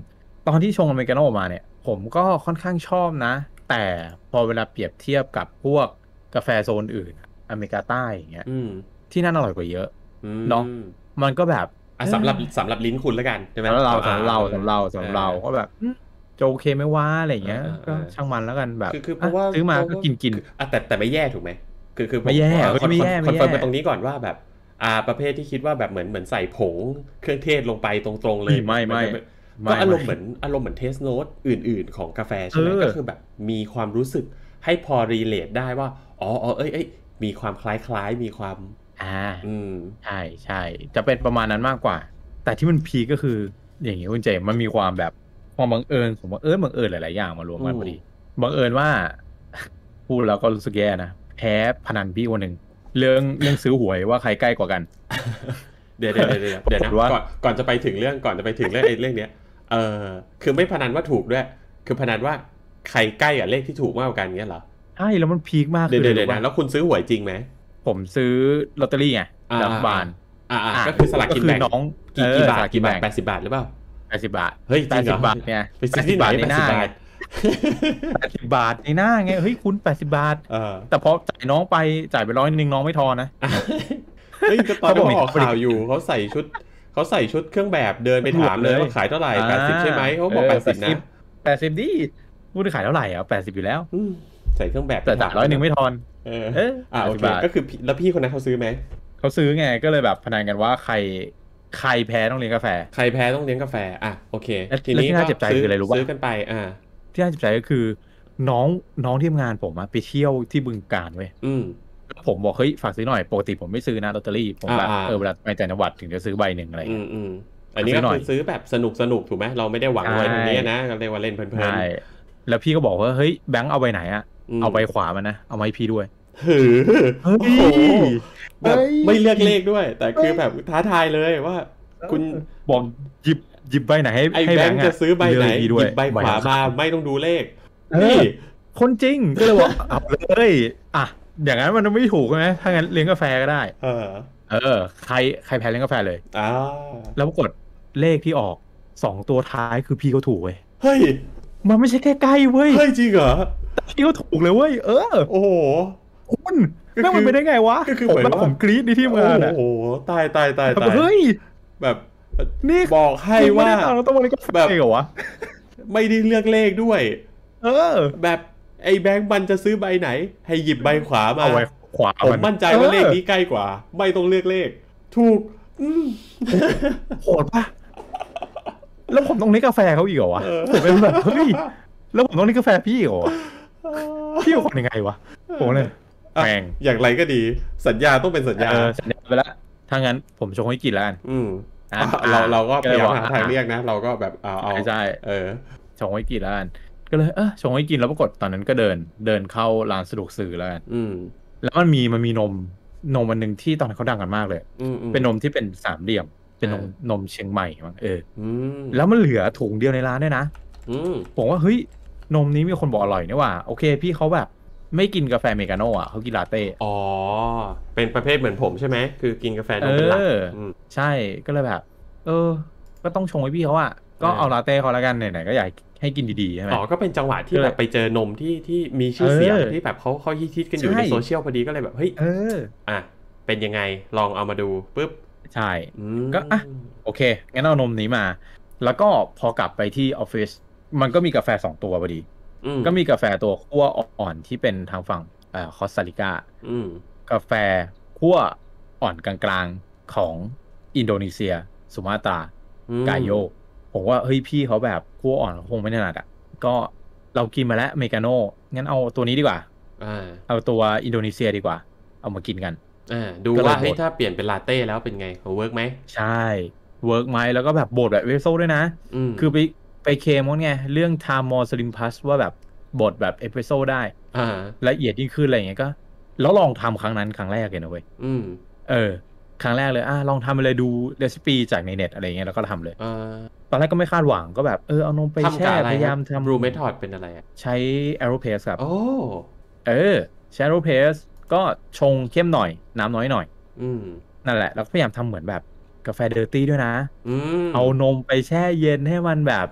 ตอนที่ชงอเมริกาโน่ออกมาเนี่ย ผมก็ค่อนข้างชอบนะ แต่พอเวลาเปรียบเทียบกับพวกกาแฟโซนอื่นอะอเมริกาใต้อย่างเงี้ยอืมที่นั่นอร่อยกว่าเยอะอืเนาะมมันก็แบบเออ่ะอสำหรับสำหรับลิ้นคุณแล้วกันใช่ไหมสำหรับเราสำอ่าสำหรับเราเออสำหรับเราเอสำหรับอเราก็แบบอืมจะโอเคไหมวะอะไรอย่างเอเงี้ยก็อเออเออช่างมันแล้วกันแบบคือคือเพอ่ะราะว่าซื้อมาเพราะว่าก็กินกินคืออ่ะแต่แต่ไม่แย่ถูกไหมคือคือผไม่แย่มเอ่อคเฮ้ยไม่อนคอนแย่ไม่แย่คอนเฟิร์มกันตรงนี้ก่อนว่าแบบอ่าประเภทที่คิดว่าแบบเหมือนเหมือนใส่ผงเครื่องเทศลงไปตรงๆเลยเหมือนไม่ไม่เหมือนจะก็ไม่ไม่อารมณ์เหมือนอารมณ์เหมือนเทสโนตอื่นๆของกาแฟเอใช่ไหมก็อคือแบบมีความรู้สึกให้พอรีเลทได้ว่าอ๋ออ๋อเอ้ยเอ้ยมีความคล้ายๆมีความอ่าอืมใช่ใช่จะเป็นประมาณนั้นมากกว่า แต่ที่มันพีคก็คืออย่างนี้คุณเจมส์มันมีความแบบความบังเอิญของบังเอิญบังเอิญหลายๆอย่างมารวมอืมกันพอดีบังเอิญว่าพูดแล้วก็รู้สึกแย่นะแพ้พนันพี่คนหนึ่งเรื่องเรื่องซื้อหวยว่าใครใกล้กว่ากันเดี๋ยวเดี๋ยวเดี๋ยวเดี๋ยวปราเดี๋ยวนะกฏว่าก่อนก่อนจะไปถึงเรื่องก่อนจะไปถึงเรื่องไอ้เรื่องเนี้ยเออคือไม่พนันว่าถูกด้วยคือพนันว่าใครใกล้กับเลขที่ถูกมากกว่ากันเงี้ยเหรอใช่แล้วมันพีคมากเดี๋ยวเดี๋ยวเดี๋ยวนะคืออะไรรู้ป่ะแล้วคุณซื้อหวยจริงไหมผมซื้อลอตเตอรี่ไงอ่าอ่าอ่ารัฐบาลอ่าอ่าอ่ะก็คือสลากก็กินแบ่งคือน้องเอกี่อกี่บาทกี่บาทสลากกินแบ่งแปดสิบบาทหรือเปล่าแปดสิบบาทเฮ้ยจริงเหรอแปดสิบบาทเนี่ยไปแปดสิบบาทซื้อที่ไหนในหน้าไงแปดสิบบาทแปดสิบบาทในหน้าไงเฮ้ยคุณแปดสิบบาทเออแต่พอจ่ายน้องไปจ่ายไปร้อยนึงน้องไม่ทอนนะเฮ้ยก็ตอนเขาบอกมีที่เขาออกข่าวอยู่เขาใส่ชุดเขาใส่ชุดเครื่องแบบเดินไปถามเลยว่าขายเท่าไหร่อ่าแปดสิบใช่ไหมเขาเออบอกแปดแปดสิบสิบนะแปดสิบดิพูดขายเท่าไหร่อ่ะแปดสิบอยู่แล้วอืมใส่เครื่องแบบไปแต่จ่ายถามร้อยหนึ่งไม่ทอนเออเอออ่าโอเคแปดสิบบาทก็คือพี่แล้วพี่คนนั้นเขาซื้อไหมเขาซื้อไงก็เลยแบบพนันกันว่าใครใครแพ้ต้องเลี้ยงกาแฟใครแพ้ต้องเลี้ยงกาแฟอ่ะโอเคและทีและนี้ก็ที่น่าเจ็บใจซื้อคืออะไรรู้ป่ะซื้อกันไปอ่าที่น่าเจ็บใจก็คือน้องน้องที่ทำงานผมอะไปเที่ยวที่บึงกาฬเว้ยอืมแล้วผมบอกเฮ้ยฝากซื้อหน่อยปกติผมไม่ซื้อนะลอตเตอรี่ผมอ่าแบบอ่าเออเวลาไปต่างจังหวัดถึงจะซื้อใบหนึ่งอะไรอืเงี้ยมอืมอันนี้ซื้อหน่อยก็คือซื้อแบบสนุกสนุกถูกไหมเราไม่ได้หวังใช่รวยตรงนี้นะเราเรียกว่าเล่นเพลิใช่นแล้วพี่ก็บอกว่าเฮ้ยแบงค์เอาใบไหนอะๆอืมเอาใบขวามันนะเอามาให้พี่ด้วยหือเฮ้โอ้โหยแบบเฮ้ยไม่เลือกเลขด้วย แต่เฮ้ยคือแบบท้าทายเลยว่าคุณบอกหยิบหยิบใบไหนให้ไอ้ให้แบแบงค์อะงค์จะซื้อใบไหนเลือกให้พี่ด้วยหยิบใบขวามาข้างไม่ต้องดูเลขๆเอนี่อคนจริงก็เลยบอกเอาเลยอ่ะอย่างนั้นมันไม่ถูกใช่ไหมถ้างั้นเลี้ยงกาแฟก็ได้เออเออใครใครแพ้เลี้ยงกาแฟเลยอ่าแล้วปรากฏเลขที่ออกสองตัวท้ายคือพี่เขาถูกเว้ยเฮ้ยมันไม่ใช่แค่ใกล้เว้ยเฮ้ยจริงเหรอแต่พี่เขาถูกเลยเว้ยเออโอ้โหคุณก็แม่งคือมันไปได้ไงวะก็คือผมเหมือนว่าแบบผมกรี๊ดในที่ทำงานอะโอ้โหตายตายตายแบบตายเฮ้ยแบบนี่บอกให้คุณไม่ว่าได้ตังค์แล้วต้องมาเล่นกาแฟแบบเหรอวะไม่ได้เลือกเลขด้วยเออแบบไอ้แบงค์มันจะซื้อใบไหน ให้หยิบใบขวามาเอาไว้ขวาผมมันมั่นใจว่าเลขนี้ใกล้กว่า ไม่ต้องเลือกเลข ถูกอืมโหดปะแล้วผมต้องเล่นกาแฟเขาอีกเหรอวะเออผมเป็นแบบเฮ้ยแล้วผมต้องเล่นกาแฟพี่อีกเหรอวะพี่เป็นคนยังไงวะผมเลยอ่ะแม่งอย่างไรก็ดี สัญญาต้องเป็นสัญญาเออสัญญาไปแล้วถ้างั้นผมชงให้กินแล้วกันอืมอ่ะเราเราก็พยายามก็เลยบอกหาทางเรียกนะ เราก็แบบเอาเอาใช่ใช่เออชงให้กินแล้วกันก็เลยเออชงให้กินแล้วปรากฏตอนนั้นก็เดินเดินเข้าร้านสะดวกซื้อแล้วกันอืมแล้วมันมีมันมีนมนมอันหนึ่งที่ตอนนั้นเขาดังกันมากเลยอืมอืมเป็นนมที่เป็นสามเหลี่ยม เป็นนมอ่านนมเชียงใหม่มั้งเอออืมแล้วมันเหลือถุงเดียวในร้านด้วยนะอืมผมว่าเฮ้ยนมนี้มีคนบอกอร่อยนี่หว่าโอเคพี่เขาแบบไม่กินกาแฟอเมริกาโน่อ่ะเขากินลาเต้อ๋อ เป็นประเภทเหมือนผมใช่ไหม คือกินกาแฟนเอมเป็นหลักออืมใช่ก็เลยแบบ เออ ก็ต้องชงให้พี่เขาอ่ะก็เออเอาลาเต้เขาแล้วกันไหนๆก็อยากให้กินดีๆใช่ไหมอ๋อ ก็เป็นจังหวะที่ก็เลยแบบไปเจอนมที่ที่มีชื่อเสียงเออที่แบบเขาเขาฮิตๆกันอยู่ใช่ในโซเชียลพอดีก็เลยแบบ เฮ้ยเอออ่ะ เป็นยังไง ลองเอามาดูปุ๊บใช่อืมก็อ่ะ โอเค งั้นเอานมนี้มา แล้วก็พอกลับไปที่ออฟฟิศมันก็มีกาแฟสองตัวพอดีอืมก็มีกาแฟตัวคั่วอ่อนที่เป็นทางฝั่งเอ่อคอสตาริกาอืมกาแฟคั่วอ่อนกลางๆของอินโดนีเซียสุมาตราอืมกาโยผมว่าเฮ้ยพี่เขาแบบคั่วอ่อนเขาคงไม่ถนัดอ่ะก็เรากินมาแล้วอเมริกาโน่งั้นเอาตัวนี้ดีกว่าอ่าเอาตัวอินโดนีเซียดีกว่า เอามากินกันอ่า ดูก็เลยว่าเฮ้ยบดถ้าเปลี่ยนเป็นลาเต้แล้วเป็นไงเวิร์กไหมใช่เวิร์กไหมแล้วก็แบบบดแบบเวสโซด้วยนะอืมคือไปไปเคลมว่าไงเรื่อง time more slim plus ว่าแบบบดแบบเอสเปรสโซได้อ่าละเอียดยิ่งขึ้นอะไรอย่างเงี้ยก็ แล้วลองทำครั้งนั้นครั้งแรกเลยนะเว้ยอืมเออ ครั้งแรกเลยอ่ะลองทำไปเลยดูเรซิปีจากในเน็ตอะไรเงี้ยแล้วก็ทำเลยอ่าตอนแรกก็ไม่คาดหวังก็แบบเออเอานมไปทำแช่กับอะไรพยายามครับทำ Brew Method เป็นอะไรอ่ะใช้ Aeropress ครับโอ้เออใช้ Aeropress ก็ชงเข้มหน่อย น้ำน้อยหน่อยอืมนั่นแหละ แล้วก็พยายามทำเหมือนแบบกาแฟเดอร์ตี้ด้วยนะอืมเอานมไปแช่เย็นให้มันแบบ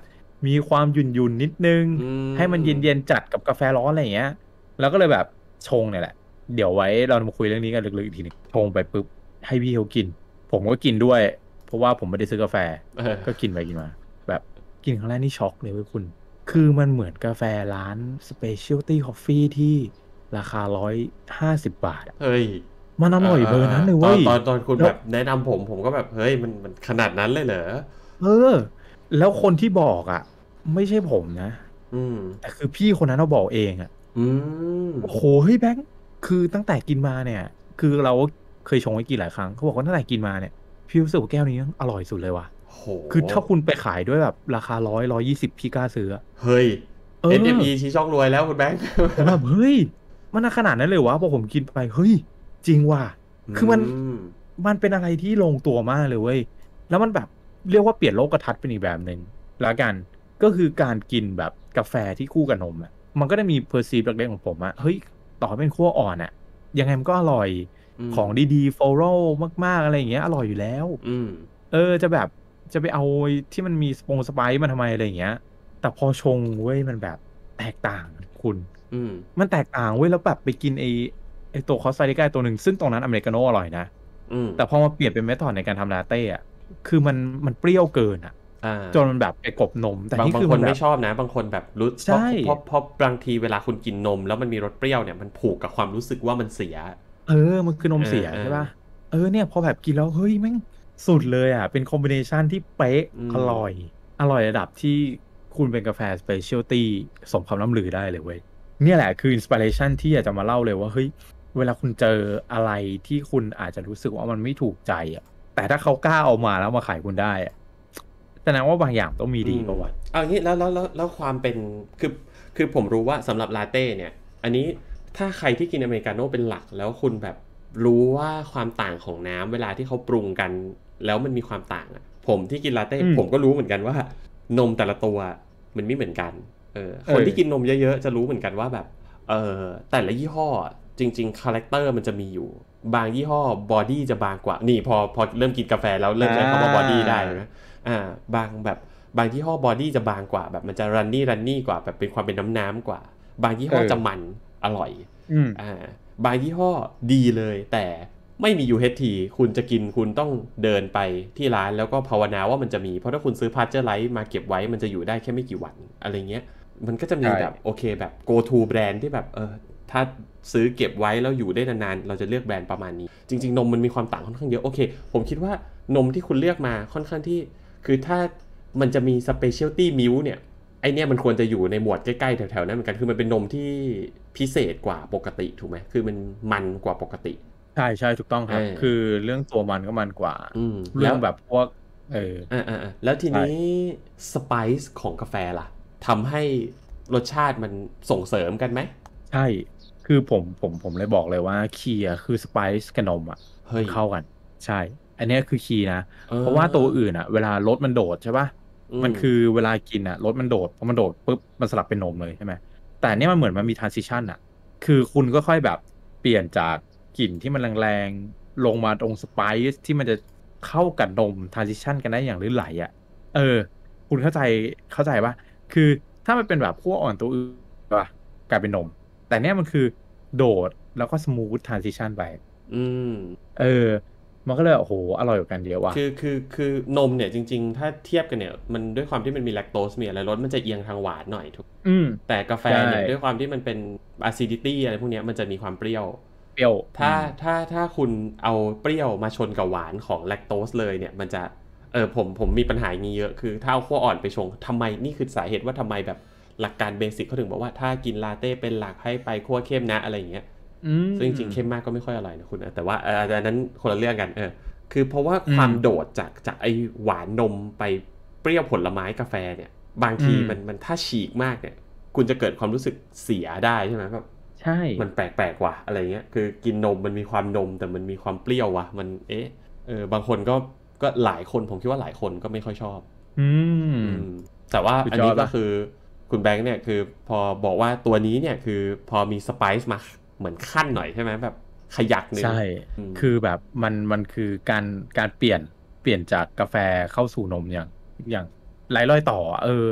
มีความหยุ่นๆนิดนึงอืให้มันมเย็นๆจัดกับกาแฟร้อนอะไรอย่างเงี้ย แล้วก็เลยแบบชงเนี่ยแหละ เดี๋ยวไว้เรามาคุยเรื่องนี้กันลึกๆอีกทีหนึงชงไปปุ๊บให้พี่เขากิน ผมก็กินด้วย เพราะว่าผมไม่ได้ซื้อกาแฟเออก็กินไปกินมา แบบกินครั้งแรกนี่ช็อกเลยเว้ยคุณ คือมันเหมือนกาแฟร้าน Specialty Coffee ที่ราคาร้อยห้าสิบบาทอะเฮ้ยมันอร่อยเบอร์นั้นเลยตอเว้นยตอนตอนคุณแล้แบวบแนะนำผม ผมก็แบบ เฮ้ย มันมันขนาดนั้นเลยเหรอ? เออ แล้วคนที่บอกอะไม่ใช่ผมนะอืมแต่คือพี่คนนั้นมาบอกเองอะอืมโอ้โฮ เฮ้ย แบงค์ คือตั้งแต่กินมาเนี่ย คือเราก็เคยชงให้กินหลายครั้ง เขาบอกว่าตั้งแต่กินมาเนี่ย พี่รู้สึกว่าแก้วนี้แม่งอร่อยสุดเลยว่ะโอ้โฮคือถ้าคุณไปขายด้วยแบบราคา ร้อย ร้อยยี่สิบ พี่กล้าซื้ออะเฮ้ยเออเอส เอ็ม อี ชี้ช่องรวยแล้วคุณแบงค์ผมแบบ เฮ้ย มันน่าขนาดนั้นเลยเหรอวะ พอผมกินไป เฮ้ย จริงว่ะอืคือมันมมันเป็นอะไรที่ลงตัวมากเลยเว้ย แล้วมันแบบเรียกว่าเปลี่ยนโลกทัศน์เป็นอีกแบบหนึ่งแล้วกัน ก็คือการกินแบบกาแฟที่คู่กับนมอะ มันก็จะมี perceive เล็กๆของผมอะ เฮ้ย ต่อให้เป็นคั่วอ่อนอะ ยังไงมันก็อร่อยอืมของดี ๆ floral มาก ๆ อะไรอย่างเงี้ย อร่อยอยู่แล้วอืมเออ จะแบบจะไปเอาไอ้ที่มันมีสปงสไปซ์มาทำไม อะไรอย่างเงี้ย แต่พอชงเว้ย มันแบบแตกต่างคุณอืมมันแตกต่างเว้ย แล้วแบบไปกินไอ้ ไอ้ตัว Costa Rica ตัวหนึ่ง ซึ่งตรงนั้นอเมริกาโน่อร่อยนะอืมแต่พอมาเปลี่ยนเป็น method ในการทำลาเตอะ คือมัน มันเปรี้ยวเกินอะอาจนมันแบบไปกลบนม แต่บางนี่บาคืงอคมัน นแบไม่บชอบนะ บางคนแบบรู้ใชเพราะ่เพราะ เพราะบางทีเวลาคุณกินนม แล้วมันมีรสเปรี้ยวเนี่ย มันผูกกับความรู้สึกว่ามันเสียเออ มันคือนมเอเสียใช่เปล่าๆเออ เนี่ยพอแบบกินแล้ว เฮ้ย แม่งสุดเลยอะ เป็นคอมบิเนชันที่เป๊ะอืมอร่อย อร่อยระดับที่คุณเป็นกาแฟ Specialty สมคำล่ำลือได้เลยเว้ย เนี่ยแหละคือ inspiration ที่อยากจะมาเล่าเลยว่า เฮ้ย เวลาคุณเจออะไรที่คุณอาจจะรู้สึกว่ามันไม่ถูกใจอะ แต่ถ้าเขากล้าเอามาแล้วมาขายคุณได้อะ แสดงว่าบางอย่างต้องมีอืดีมเปล่าวะ? เอางี้ แล้ว แล้ว แล้ว แล้วความเป็น คือ คือผมรู้ว่าสำหรับลาเตเนี่ย อันนี้ถ้าใครที่กินอเมริกาโน่เป็นหลัก แล้วคุณแบบรู้ว่าความต่างของน้ำเวลาที่เขาปรุงกัน แล้วมันมีความต่างอะ ผมที่กินลาเตอืมผมก็รู้เหมือนกันว่า นมแต่ละตัวมันไม่เหมือนกัน เออเออคนที่กินนมเยอะ ๆ จะรู้เหมือนกันว่าแบบ เอ่อ แต่ละยี่ห้ออะ จริง ๆ คาแรกเตอร์มันจะมีอยู่ บางยี่ห้อบอดีจะบางกว่า นี่พอ พอเริ่มกินกาแฟแล้วเริ่มใช้คำว่าบอดีได้เห็นไหม อา บางแบบ บางยี่ห้อบอดีจะบางกว่า แบบมันจะ runny runny กว่า แบบเป็นความเป็นน้ำ ๆ กว่า บางยี่ห้อเออจะมัน อร่อยอืมอา บางยี่ห้อดีเลย แต่ไม่มี ยู เอช ที คุณจะกินคุณต้องเดินไปที่ร้าน แล้วก็ภาวนาว่ามันจะมี เพราะถ้าคุณซื้อ Pasteurize มาเก็บไว้ มันจะอยู่ได้แค่ไม่กี่วัน อะไรเงี้ย มันก็จะมีใช่แบบ โอเคแบบ go to แบรนด์ที่แบบ เออ ถ้าซื้อเก็บไว้แล้วอยู่ได้นาน ๆ เราจะเลือกแบรนด์ประมาณนี้ จริง ๆ นมมันมีความต่างค่อนข้างเยอะ โอเค ผมคิดว่านมที่คุณเลือกมาค่อนข้างที่ คือถ้ามันจะมี Specialty Milk เนี่ย ไอ้เนี่ยมันควรจะอยู่ในหมวดใกล้ ๆ แถว ๆ นั้นเหมือนกัน คือมันเป็นนมที่พิเศษกว่าปกติถูกไหม? คือมันมันกว่าปกติใช่ ๆ ถูกต้องครับเออคือเรื่องตัวมันก็มันกว่าอืมเรแื่ล้องวแบบพวก เอออา ๆ ๆ แล้วทีใช่นี้ สไปซ์ของกาแฟล่ะ ทำให้รสชาติมันส่งเสริมกันไหม? ใช่ คือผม ผม ผมเลยบอกเลยว่า คีย์อะคือสไปซ์กับนมอะเฮ้ยมันเข้ากัน ใช่ อันเนี้ยคือคีย์นะเอเพราะว่าตัวออื่นอะเวลารสมันโดดใช่เปล่าอืมมันคือเวลากินอะรสมันโดด พอมันโดดปุ๊บ มันสลับเป็นนมเลยใช่ไหม แต่อันเนี้ยมันเหมือนมันมี transition น่ะ คือคุณก็ค่อยแบบเปลี่ยนจากกลิ่นที่มันแรง ๆ ลงมาตรงสไปซ์ที่มันจะเข้ากับนม transition กันได้อย่างลื่นไหลอะ เออ คุณเข้าใจ เข้าใจเปล่า? คือถ้ามันเป็นแบบคั่วอ่อนตัว อื่น ใช่เปล่า กลายเป็นนม แต่เนี่ยมันคือโดดแล้วก็สมูท transition ไปอืมเออ มันก็เลย โอ้โฮ อร่อยกว่ากันเยอะว่ะคือ คือ คือนมเนี่ยจริง ๆ ถ้าเทียบกันเนี่ย มันด้วยความที่มันมีแลคโตส มีอะไร รสมันจะเอียงทางหวานหน่อยถูกอืมแต่กาแฟใช่เนี่ยด้วยความที่มันเป็น acidity อะไรพวกเนี้ย มันจะมีความเปรี้ยวเปรี้ยวถ้าอืมถ้า ถ้าคุณเอาเปรี้ยวมาชนกับหวานของแลคโตสเลยเนี่ย มันจะ เอ่อ ผม ผมมีปัญหาอย่างงี้เยอะ คือถ้าเอาคั่วอ่อนไปชง ทำไม นี่คือสาเหตุว่าทำไมแบบหลักการเบสิกเขาถึงบอกว่า ถ้ากินลาเตเป็นหลักให้ไปคั่วเข้มนะ อะไรอย่างเงี้ยอืมซึ่งจริง ๆ เข้มมากก็ไม่ค่อยอร่อยนะคุณ แต่ว่า เอ่อ อันนั้นคนละเรื่องกัน เออ คือเพราะว่าอืความมโดดจาก จากไอ้หวานนมไปเปรี้ยวผลไม้กาแฟเนี่ย บางอืทีมมัน มันถ้าฉีกมากเนี่ย คุณจะเกิดความรู้สึกเสียได้ใช่ไหม? แบบใช่มันแปลก ๆ ว่ะ อะไรเงี้ย คือกินนมมันมีความนม แต่มันมีความเปรี้ยวว่ะ มัน เอ๊ะ เออ บางคนก็ ก็หลายคน ผมคิดว่าหลายคนก็ไม่ค่อยชอบอืมอืม แต่ว่าสุดอันนยอี้ดกเ็ปล่า? คือคุณแบงค์เนี่ย คือพอบอกว่าตัวนี้เนี่ย คือพอมีสไปซ์มาเหมือนขั้นหน่อยใช่ไหม? แบบขยักหนึ่ใชง่อืมคือแบบมัน มันคือการ การเปลี่ยน เปลี่ยนจากกาแฟเข้าสู่นมอย่าง อย่างไร้รอยต่ออะ เออ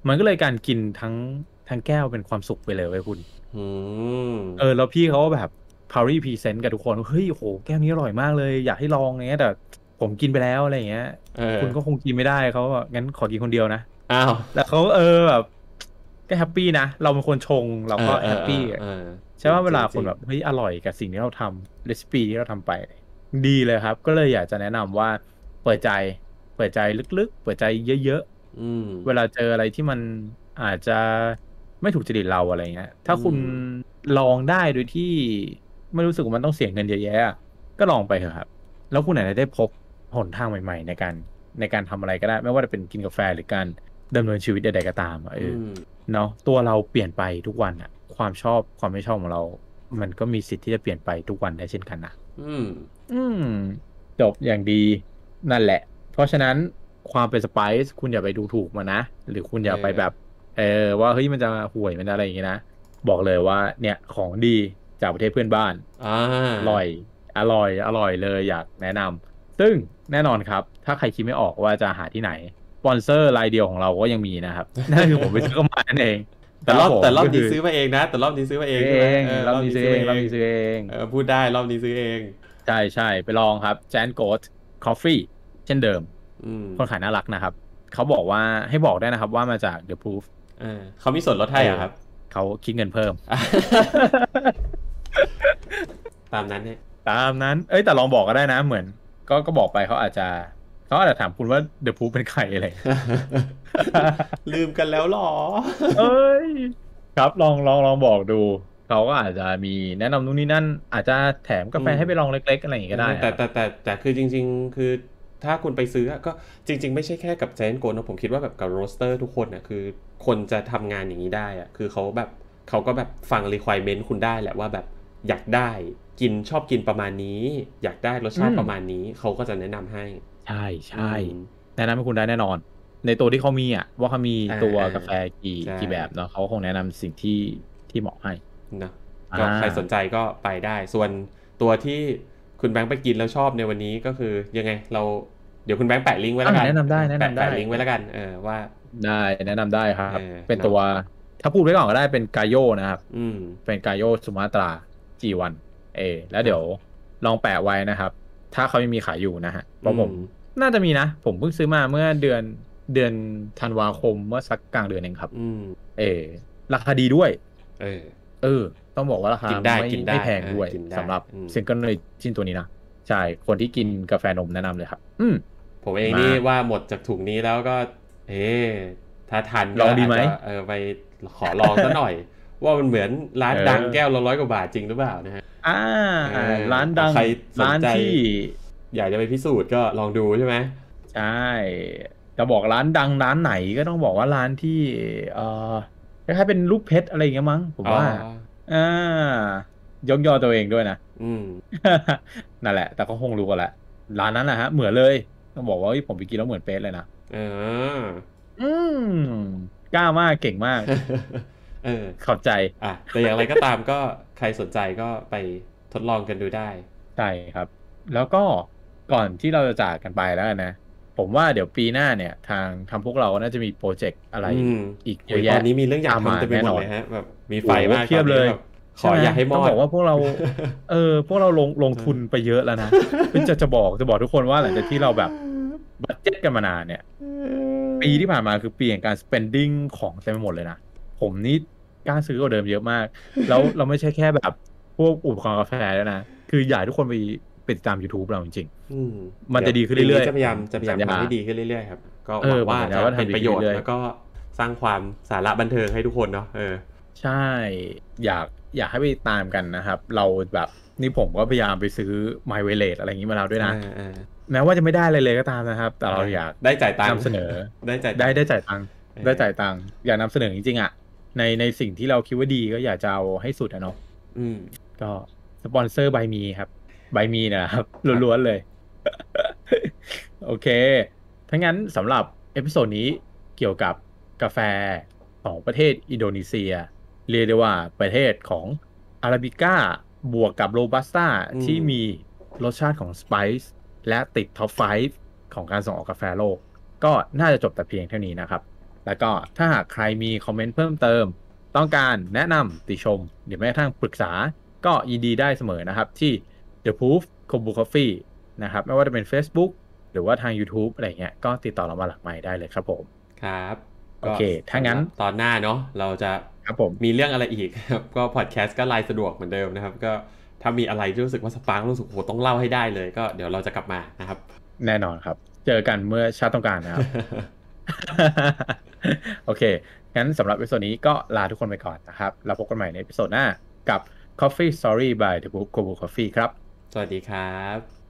มันก็เลยการกินทั้งทั้งแก้วเป็นความสุขไปเลยเว้ยคุณอืมเออแล้วพี่เขาก็แบบ Power Present กับทุกคนเฮ้ยโหแก้วนี้อร่อยมากเลยอยากให้ลองอะไรเงี้ยแต่ผมกินไปแล้วอะไรเงี้ยเออคุณก็คงกินไม่ได้เขาก็งั้นขอกินคนเดียวนะอ้าวแล้วเขาเออแบบก็แฮปปี้นะเราเป็นคนชงเราเออก็เออเออแฮปปี้เออใช่จริงว่าเวลาคนจริงจริงแบบเฮ้ยอร่อยกับสิ่งที่เราทำเรซิปีที่เราทำไปดีเลยครับก็เลยอยากจะแนะนำว่าเปิดใจเปิดใจลึกๆเปิดใจเยอะอืมๆเวลาเจออะไรที่มันอาจจะไม่ถูกจริตเราอะไรเงี้ยถ้าอืคุณมลองได้โดยที่ไม่รู้สึกว่ามันต้องเสียเงินเยอะแยะก็ลองไปเถอะครับแล้วคุณอาจจะได้พบหนทางใหม่ๆในการในการทำอะไรก็ได้ไม่ว่าจะเป็นกินกาแฟหรือการดำเนินชีวิตใดๆก็ตามอะเออือมเนาะตัวเราเปลี่ยนไปทุกวันอะความชอบความไม่ชอบของเรา มันก็มีสิทธิ์ที่จะเปลี่ยนไปทุกวันได้เช่นกันนะอืมอืมจบอย่างดีนั่นแหละ เพราะฉะนั้นความเป็นสไปซ์คุณอย่าไปดูถูกมันนะ หรือคุณเออย่าไปอแบบเออว่าเฮ้ยมันจะห่วยมันจะอะไรอย่างงี้นะ บอกเลยว่าเนี่ยของดีจากประเทศเพื่อนบ้านอ่อร่าอยอร่อยอร่อยเลยอยากแนะนำซึ่งแน่นอนครับ ถ้าใครคิดไม่ออกว่าจะหาที่ไหนสปอนเซอร์รายเดียวของเราก็ยังมีนะครับนั่นคือผมไปซื้อเข้ามานั่นเองคแต่รอบรับผมแต่รอบนี้ก็คือซื้อมาเองนะแต่รอบนี้ซื้อมาเองซื้อเอใช่ไหมงเออรอบนี้ซื้อเอรอบนี้ซื้อมาเองงรอบนี้ซื้อเองเออพูดได้รอบนี้ซื้อเองใช่ใช่ไปลองครับแจนโก t คอฟฟี่เช่นเดิมอืมคนขายน่ารักนะครับเขาบอกว่าให้บอกได้นะครับว่ามาจาก The Proof เออเขามีส่วนลดเออให้เหรอ่ะครับเขาคิดเงินเพิ่มตามนั้นเนี่ยตามนั้นเอ้ยแต่ลองบอกก็ได้นะเหมือนก็ก็บอกไปเขาอาจจะเขาอาจจะถามคุณว่า The Proof เป็นใครอะไรลืมกันแล้วหรอเอ้ยครับลองลองลองบอกดูเขาก็อาจจะมีแนะนำนู่นนี่นั่นอาจจะแถมกาอืมแฟให้ไปลองเล็กๆอะไรอย่างงี้ก็ได้แต่ครับแต่แต่แต่คือจริงๆคือถ้าคุณไปซื้ออะก็จริงๆไม่ใช่แค่กับ Giant Goat นะผมคิดว่าแบบกับโรสเตอร์ทุกคนนะคือคนจะทำงานอย่างนี้ได้อะคือเขาแบบเขาก็แบบฟัง requirement คุณได้แหละว่าแบบอยากได้กินชอบกินประมาณนี้อยากได้รสอืชาติมประมาณนี้เขาก็จะแนะนำให้ใช่อืใช่มแนะนำให้คุณได้แน่นอนในตัวที่เขามีอ่ะว่าเขามีอ่าตัวอ่ากาแฟกี่ใช่กี่แบบเนาะเขาคงแนะนำสิ่งที่ที่เหมาะให้เนอะอ่ก็ใครสนใจาก็ไปได้ส่วนตัวที่คุณแบงค์ไปกินแล้วชอบในวันนี้ก็คือยังไงเราเดี๋ยวคุณแบงค์แปะลิงก์ไว้แล้วกันอ่าแนะนำได้เออแนะนำได้แปะแปะลิงก์ไว้แล้วกันเออว่าได้แนะนำได้ครัเอบอเป็นเนาะตัวถ้าพูดไว้ก่อนก็ได้เป็นกาโยนะครับอืมเป็นกาโยสุมาตรา จี วัน เอแล้วเดี๋ยวอ่ะลองแปะไว้นะครับถ้าเขายังมีขายอยู่นะฮะเพอืมราะผมน่าจะมีนะผมเพิ่งซื้อมาเมื่อเดือนเดือนธันวาคมเมื่อสักกลางเดือนเองครับอืมเอราคาดีด้วยเออเออต้องบอกว่าราคากินได้ไม่กินได้ไม่แพงเออด้วยกินได้สำหรับอืมซิงเกิลเลยชิ้นตัวนี้นะใช่คนที่กินกาแฟนมแนะนำเลยครับอืมผมเองมานี่ว่าหมดจากถุงนี้แล้วก็ เอ๊ะถ้าทันลองดีไหมก็อาจจะเออไปขอลองซะหน่อย ว่ามันเหมือนร้าเอนดังแก้วอละร้อยกว่าบาทจริงหรือเปล่านะฮะอ่าเออ่าอร้านดังอ่ะใครสนใจร้านที่อยากจะไปพิสูจน์ก็ลองดูใช่ไหมใช่จะบอกร้านดังร้านไหนก็ต้องบอกว่าร้านที่เอ่อคล้ายๆเป็นลูกเพชรอะไรอย่างเงี้ยมั้งผมอ๋อว่าอ่ายกยอตัวเองด้วยนะอืมนั่นแหละแต่ก็คงรู้กันแหละร้านนั้นนะฮะเหมือนเลยต้องบอกว่าเฮ้ยผมไปกินแล้วเหมือนเป๊ะเลยนะเอออืมกล้ามากเก่งมากเออขอบใจอ่ะแต่อย่างไรก็ตามก็ใครสนใจก็ไปทดลองกันดูได้ใช่ครับ แล้วก็ก่อนที่เราจะจากกันไปแล้วกันนะ ผมว่าเดี๋ยวปีหน้าเนี่ย ทางทำพวกเราน่าจะมีโปรเจกต์อะไรอืมอีกเยโอ้ยตอนอะแยะนี้มีเรื่องอยากตามมาทำเต็มไปแน่นอนหมดเลยฮะแบบมีไฟโอ้โหมากเพียบเลยตอนนี้แบบขอใช่ไหมอย่าให้มอดต้องบอกว่าพวกเราเออพวกเราลงลงทุนไปเยอะแล้วนะเป็นจะจะบอกจะบอกทุกคนว่าหลังจากที่เราแบบบัดเจ็ตกันมานานเนี่ยปีที่ผ่านมาคือปีแห่งการ spending ของเต็มไปหมดเลยนะผมนี่กล้าซื้อกว่าเดิมเยอะมากแล้วเราไม่ใช่แค่แบบพวกอุปกรณ์กาแฟแล้วยนะคืออยากให้ทุกคนไปไปติดตาม YouTube เราจริงอืมๆมันเดี๋ยวจะดีขึ้นปีนี้เรื่อยจะพยายามๆผมจะพยายามสัญญาทำให้ดีขึ้นเรื่อยๆครับก็เอหวังว่าอผมสัญญาจะว่าเป็นทำดีประโยชน์ขึ้นเรื่อยแล้วก็สร้างความสาระบันเทิงให้ทุกคนเนาะเออใช่อยากอยากให้ไปตามกันนะครับ เราแบบนี่ผมก็พยายามไปซื้อ My w a l e t อะไรอย่างนี้มาแล้วด้วยนะอ่าอ่าแม้ว่าจะไม่ได้อะไรเลยก็ตามนะครับ แต่เราอ่าอยากได้จ่ายตังค์นำเสนอได้จ่ายตัได้งค์ได้จ่ายตังค์เออได้จ่ายตังค์อยากนำเสนอจริงๆอ่ะในในสิ่งที่เราคิดว่าดีก็อยากจะเอาให้สุดอะเนาะอืมก็สปอนเซอร์บายมีครับบายมีนะครับครับล้วนๆเลย โอเคถ้างั้นสำหรับเอพิโซดนี้เกี่ยวกับกาแฟของประเทศอินโดนีเซียเรียกได้ว่าประเทศของอาราบิก้าบวกกับโรบัสต้าอืมที่มีรสชาติของสไปซ์และติดท็อปไฟว์ของการส่งออกกาแฟโลก ก็น่าจะจบแต่เพียงเท่านี้นะครับแล้วก็ถ้าหากใครมีคอมเมนต์เพิ่มเติม ต้องการแนะนำติชมหรือแม้กระทั่งปรึกษาก็ยินดีได้เสมอนะครับที่ The Proof Kobu Coffee นะครับไม่ว่าจะเป็น Facebook หรือว่าทาง YouTube อะไรเงี้ยก็ติดต่อเรามาหลังไมค์ได้เลยครับผมครับโอก็เคถ้างั้นสำหรับตอนหน้าเนาะเราจะครับผมมีเรื่องอะไรอีกครับก็พอดแคสต์ก็ไลน์สะดวกเหมือนเดิมนะครับก็ถ้ามีอะไรที่รู้สึกว่าสปาร์ครู้สึกโหต้องเล่าให้ได้เลยก็เดี๋ยวเราจะกลับมานะครับแน่นอนครับ เจอกันเมื่อชาติต้องการนะครับ โอเค งั้นสำหรับเอพิโซดนี้ก็ลาทุกคนไปก่อนนะครับ แล้วพบกันใหม่ในเอพิโซดหน้ากับ Coffee Story by The Book Kobu Coffee ครับสวัสดีครับ